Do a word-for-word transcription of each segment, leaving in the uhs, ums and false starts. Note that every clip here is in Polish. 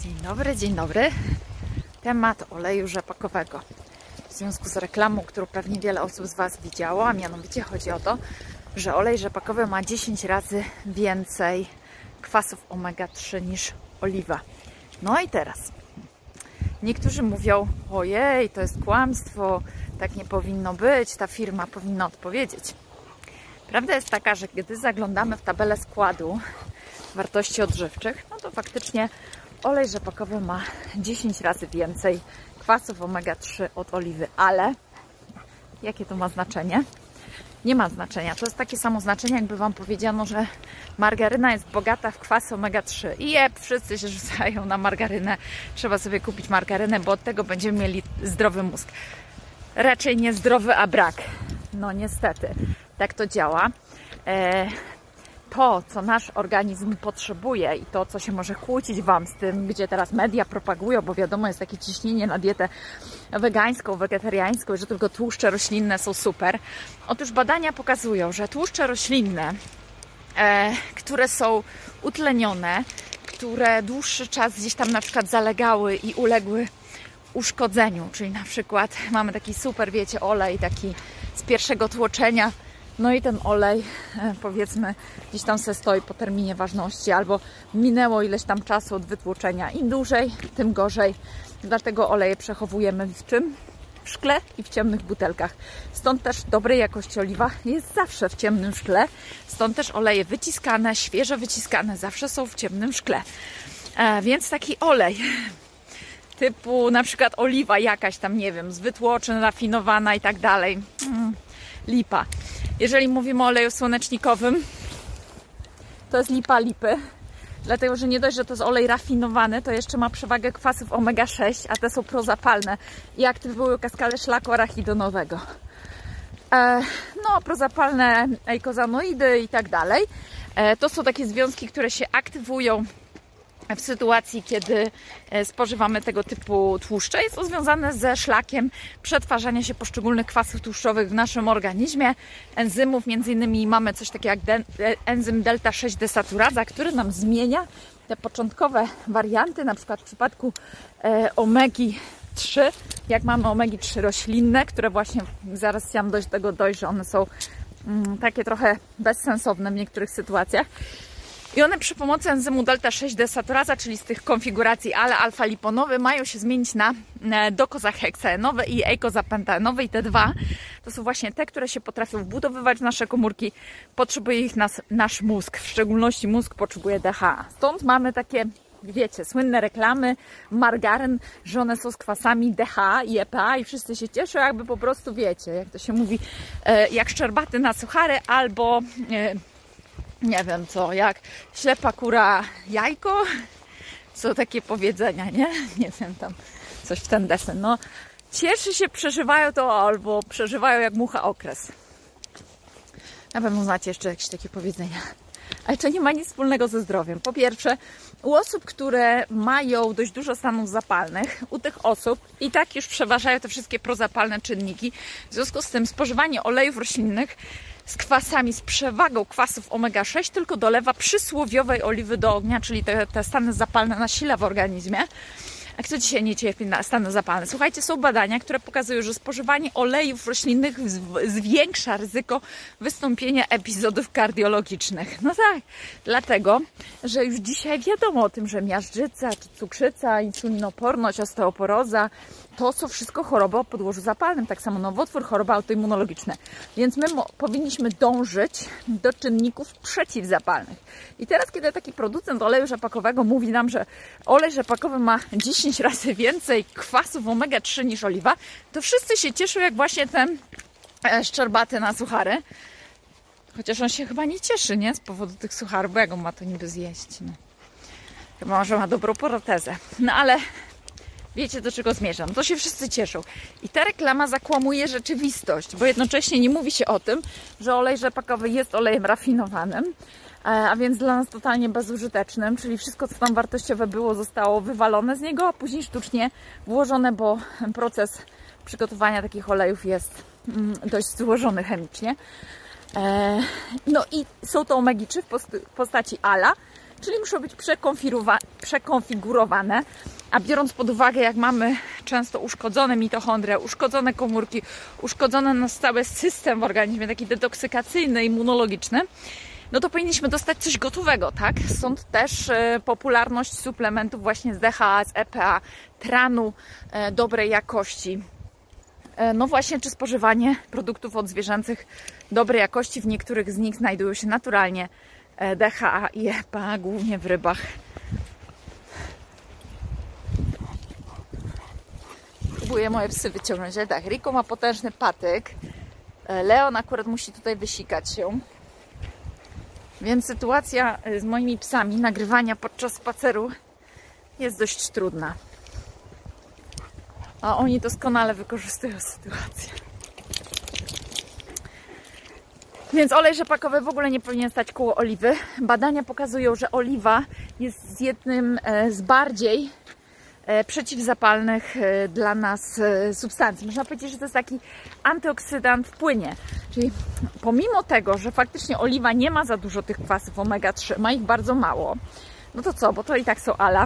Dzień dobry, dzień dobry. Temat oleju rzepakowego. W związku z reklamą, którą pewnie wiele osób z Was widziało, a mianowicie chodzi o to, że olej rzepakowy ma dziesięć razy więcej kwasów omega trzy niż oliwa. No i teraz niektórzy mówią, ojej, to jest kłamstwo, tak nie powinno być, ta firma powinna odpowiedzieć. Prawda jest taka, że kiedy zaglądamy w tabelę składu wartości odżywczych, no to faktycznie olej rzepakowy ma dziesięć razy więcej kwasów omega trzy od oliwy, ale jakie to ma znaczenie? Nie ma znaczenia. To jest takie samo znaczenie, jakby Wam powiedziano, że margaryna jest bogata w kwasy omega trzy. I jeb, wszyscy się rzucają na margarynę. Trzeba sobie kupić margarynę, bo od tego będziemy mieli zdrowy mózg. Raczej nie zdrowy, a brak. No niestety, tak to działa. E To, co nasz organizm potrzebuje i to, co się może kłócić Wam z tym, gdzie teraz media propagują, bo wiadomo, jest takie ciśnienie na dietę wegańską, wegetariańską, że tylko tłuszcze roślinne są super. Otóż badania pokazują, że tłuszcze roślinne, e, które są utlenione, które dłuższy czas gdzieś tam na przykład zalegały i uległy uszkodzeniu, czyli na przykład mamy taki super, wiecie, olej taki z pierwszego tłoczenia, no i ten olej, powiedzmy, gdzieś tam se stoi po terminie ważności albo minęło ileś tam czasu od wytłoczenia. Im dłużej, tym gorzej. Dlatego oleje przechowujemy w czym? W szkle i w ciemnych butelkach. Stąd też dobrej jakości oliwa jest zawsze w ciemnym szkle. Stąd też oleje wyciskane, świeże wyciskane zawsze są w ciemnym szkle. E, więc taki olej typu na przykład oliwa jakaś tam, nie wiem, z wytłoczyn, rafinowana i tak dalej. Mm, lipa. Jeżeli mówimy o oleju słonecznikowym, to jest lipa lipy, dlatego że nie dość, że to jest olej rafinowany, to jeszcze ma przewagę kwasów omega sześć, a te są prozapalne i aktywują kaskalę szlaku arachidonowego. E, no, prozapalne eikozanoidy i tak dalej. E, to są takie związki, które się aktywują w sytuacji, kiedy spożywamy tego typu tłuszcze. Jest to związane ze szlakiem przetwarzania się poszczególnych kwasów tłuszczowych w naszym organizmie, enzymów. Między innymi mamy coś takiego jak enzym delta sześć desaturaza, który nam zmienia te początkowe warianty, na przykład w przypadku omegi trzy, jak mamy omegi trzy roślinne, które właśnie zaraz chciałam dojść do tego dojść, że one są mm, takie trochę bezsensowne w niektórych sytuacjach. I one przy pomocy enzymu delta sześć desaturaza, czyli z tych konfiguracji ale alfa-liponowy, mają się zmienić na dokozaheksaenowe i eikozapentaenowe. I te dwa to są właśnie te, które się potrafią wbudowywać w nasze komórki. Potrzebuje ich nas, nasz mózg, w szczególności mózg potrzebuje D H A. Stąd mamy takie, wiecie, słynne reklamy margaryn, że one są z kwasami D H A i E P A i wszyscy się cieszą, jakby po prostu, wiecie, jak to się mówi, jak szczerbaty na suchary albo nie wiem co, jak ślepa kura jajko. Są takie powiedzenia, nie? Nie wiem, tam coś w ten desen. No, cieszy się, przeżywają to albo przeżywają jak mucha okres. Na pewno znacie jeszcze jakieś takie powiedzenia. Ale to nie ma nic wspólnego ze zdrowiem. Po pierwsze, u osób, które mają dość dużo stanów zapalnych, u tych osób i tak już przeważają te wszystkie prozapalne czynniki. W związku z tym spożywanie olejów roślinnych z kwasami, z przewagą kwasów omega sześć tylko dolewa przysłowiowej oliwy do ognia, czyli te, te stany zapalne nasila w organizmie. A kto dzisiaj nie cierpi na stany zapalne? Słuchajcie, są badania, które pokazują, że spożywanie olejów roślinnych zwiększa ryzyko wystąpienia epizodów kardiologicznych. No tak, dlatego, że już dzisiaj wiadomo o tym, że miażdżyca, czy cukrzyca, insulinoporność, osteoporoza, to są wszystko choroby o podłożu zapalnym. Tak samo nowotwór, choroby autoimmunologiczne. Więc my powinniśmy dążyć do czynników przeciwzapalnych. I teraz, kiedy taki producent oleju rzepakowego mówi nam, że olej rzepakowy ma dziesięć razy więcej kwasów omega trzy niż oliwa, to wszyscy się cieszą jak właśnie ten szczerbaty na suchary. Chociaż on się chyba nie cieszy, nie? Z powodu tych sucharów, bo jak on ma to niby zjeść? No. Chyba może ma dobrą protezę. No ale wiecie, do czego zmierzam. To się wszyscy cieszą. I ta reklama zakłamuje rzeczywistość, bo jednocześnie nie mówi się o tym, że olej rzepakowy jest olejem rafinowanym, a więc dla nas totalnie bezużytecznym, czyli wszystko, co tam wartościowe było, zostało wywalone z niego, a później sztucznie włożone, bo proces przygotowania takich olejów jest dość złożony chemicznie. No i są to omegi trzy w postaci A L A, czyli muszą być przekonfigurowane, a biorąc pod uwagę, jak mamy często uszkodzone mitochondria, uszkodzone komórki, uszkodzony nasz cały system w organizmie, taki detoksykacyjny, immunologiczny, no to powinniśmy dostać coś gotowego, tak? Stąd też e, popularność suplementów właśnie z D H A, z E P A, tranu e, dobrej jakości. E, no właśnie, czy spożywanie produktów odzwierzęcych dobrej jakości. W niektórych z nich znajdują się naturalnie e, D H A i E P A, głównie w rybach. Próbuję moje psy wyciągnąć, ale tak, Rico ma potężny patyk. E, Leon akurat musi tutaj wysikać się. Więc sytuacja z moimi psami, nagrywania podczas spaceru jest dość trudna. A oni doskonale wykorzystują sytuację. Więc olej rzepakowy w ogóle nie powinien stać koło oliwy. Badania pokazują, że oliwa jest jednym z bardziej przeciwzapalnych dla nas substancji. Można powiedzieć, że to jest taki antyoksydant w płynie. Czyli pomimo tego, że faktycznie oliwa nie ma za dużo tych kwasów omega trzy, ma ich bardzo mało, no to co, bo to i tak są ala.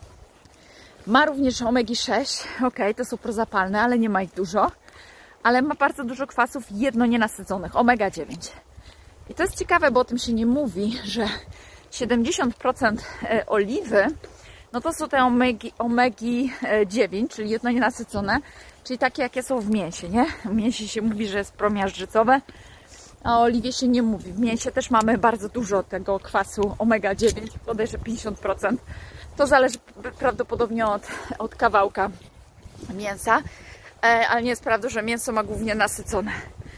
Ma również omegi sześć, ok, to są prozapalne, ale nie ma ich dużo. Ale ma bardzo dużo kwasów jedno nienasyconych, omega dziewięć. I to jest ciekawe, bo o tym się nie mówi, że siedemdziesiąt procent oliwy no to są te omegi, omegi dziewięć, czyli jedno nienasycone, czyli takie, jakie są w mięsie, nie? W mięsie się mówi, że jest promiażdżycowe, a o oliwie się nie mówi. W mięsie też mamy bardzo dużo tego kwasu omega dziewięć, bodajże pięćdziesiąt procent. To zależy prawdopodobnie od, od kawałka mięsa, ale nie jest prawdą, że mięso ma głównie nasycone.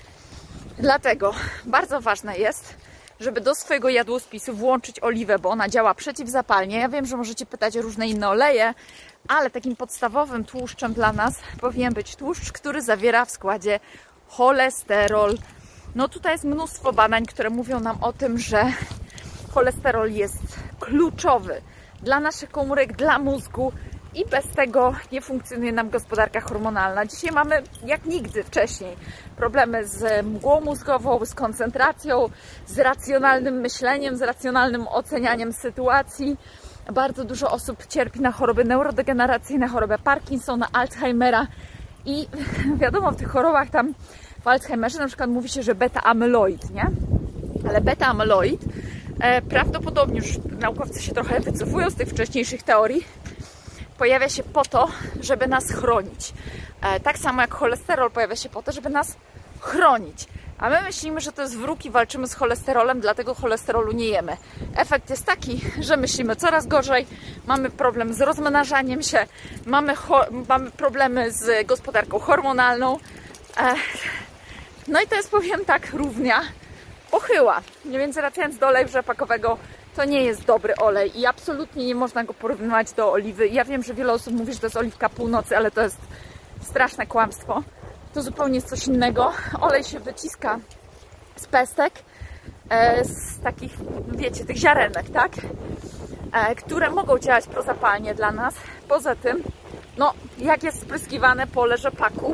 Dlatego bardzo ważne jest, żeby do swojego jadłospisu włączyć oliwę, bo ona działa przeciwzapalnie. Ja wiem, że możecie pytać o różne inne oleje, ale takim podstawowym tłuszczem dla nas powinien być tłuszcz, który zawiera w składzie cholesterol. No tutaj jest mnóstwo badań, które mówią nam o tym, że cholesterol jest kluczowy dla naszych komórek, dla mózgu i bez tego nie funkcjonuje nam gospodarka hormonalna. Dzisiaj mamy, jak nigdy wcześniej, problemy z mgłą mózgową, z koncentracją, z racjonalnym myśleniem, z racjonalnym ocenianiem sytuacji. Bardzo dużo osób cierpi na choroby neurodegeneracyjne, chorobę Parkinsona, Alzheimera i wiadomo, w tych chorobach tam w Alzheimerze na przykład mówi się, że beta-amyloid, nie? Ale beta-amyloid e, prawdopodobnie, już naukowcy się trochę wycofują z tych wcześniejszych teorii, pojawia się po to, żeby nas chronić. E, tak samo jak cholesterol pojawia się po to, żeby nas chronić. A my myślimy, że to jest wróg i walczymy z cholesterolem, dlatego cholesterolu nie jemy. Efekt jest taki, że myślimy coraz gorzej, mamy problem z rozmnażaniem się, mamy, mamy problemy z gospodarką hormonalną. E, no i to jest, powiem tak, równia pochyła. Mniej więcej wracając do oleju rzepakowego, to nie jest dobry olej i absolutnie nie można go porównywać do oliwy. Ja wiem, że wiele osób mówi, że to jest oliwka północy, ale to jest straszne kłamstwo. To zupełnie jest coś innego. Olej się wyciska z pestek, z takich, wiecie, tych ziarenek, tak? Które mogą działać prozapalnie dla nas. Poza tym, no, jak jest spryskiwane pole rzepaku,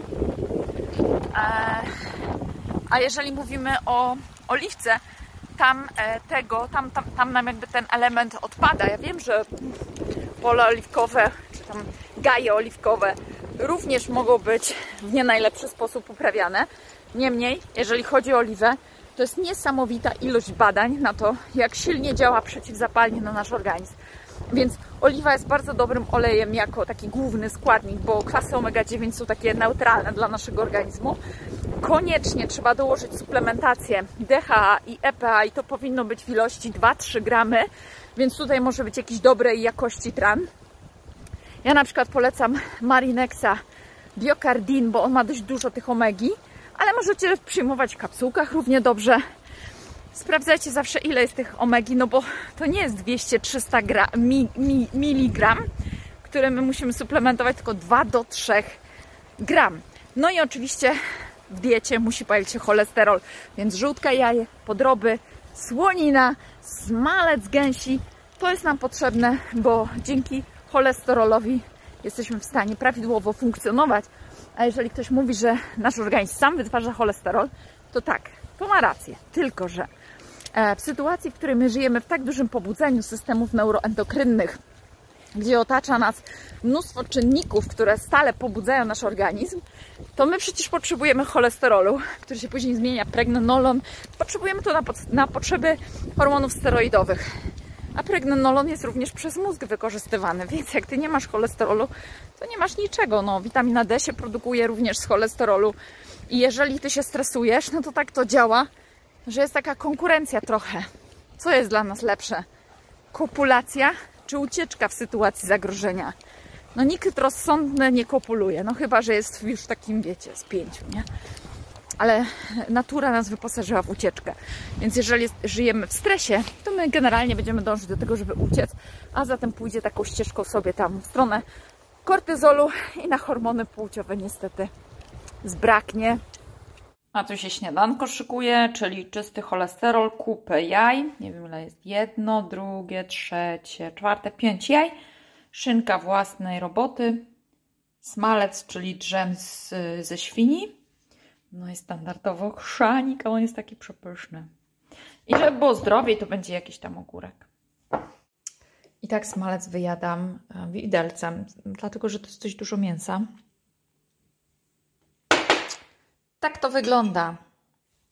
a jeżeli mówimy o oliwce, tam tego, tam, tam, tam nam jakby ten element odpada. Ja wiem, że pole oliwkowe, czy tam gaje oliwkowe również mogą być w nie najlepszy sposób uprawiane. Niemniej, jeżeli chodzi o oliwę, to jest niesamowita ilość badań na to, jak silnie działa przeciwzapalnie na nasz organizm. Więc oliwa jest bardzo dobrym olejem jako taki główny składnik, bo kwasy omega dziewięć są takie neutralne dla naszego organizmu. Koniecznie trzeba dołożyć suplementację D H A i E P A i to powinno być w ilości dwa do trzech gramy, więc tutaj może być jakiś dobrej jakości tran. Ja na przykład polecam Marinexa Biocardin, bo on ma dość dużo tych omegi, ale możecie przyjmować w kapsułkach równie dobrze. Sprawdzajcie zawsze, ile jest tych omegi, no bo to nie jest dwieście do trzystu mi, mi, miligram, które my musimy suplementować, tylko dwa do trzech gram. No i oczywiście w diecie musi pojawić się cholesterol, więc żółtka jaje, podroby, słonina, smalec gęsi, to jest nam potrzebne, bo dzięki cholesterolowi jesteśmy w stanie prawidłowo funkcjonować. A jeżeli ktoś mówi, że nasz organizm sam wytwarza cholesterol, to tak, to ma rację. Tylko że W sytuacji, w której my żyjemy w tak dużym pobudzeniu systemów neuroendokrynnych, gdzie otacza nas mnóstwo czynników, które stale pobudzają nasz organizm, to my przecież potrzebujemy cholesterolu, który się później zmienia, pregnenolon. Potrzebujemy to na, na potrzeby hormonów steroidowych. A pregnenolon jest również przez mózg wykorzystywany, więc jak ty nie masz cholesterolu, to nie masz niczego. No, witamina D się produkuje również z cholesterolu i jeżeli ty się stresujesz, no to tak to działa, że jest taka konkurencja trochę. Co jest dla nas lepsze? Kopulacja czy ucieczka w sytuacji zagrożenia? No nikt rozsądny nie kopuluje, no chyba że jest już w takim, wiecie, spięciu, nie? Ale natura nas wyposażyła w ucieczkę. Więc jeżeli żyjemy w stresie, to my generalnie będziemy dążyć do tego, żeby uciec, a zatem pójdzie taką ścieżką sobie tam w stronę kortyzolu i na hormony płciowe niestety zbraknie. A tu się śniadanko szykuje, czyli czysty cholesterol, kupę jaj. Nie wiem ile jest. Jedno, drugie, trzecie, czwarte, pięć jaj. Szynka własnej roboty. Smalec, czyli drzem z, ze świni. No i standardowo chrzanik, a on jest taki przepyszny. I żeby było zdrowiej, to będzie jakiś tam ogórek. I tak smalec wyjadam widelcem, dlatego że to jest dość dużo mięsa. Tak to wygląda.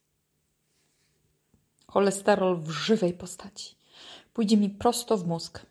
Cholesterol w żywej postaci. Pójdzie mi prosto w mózg.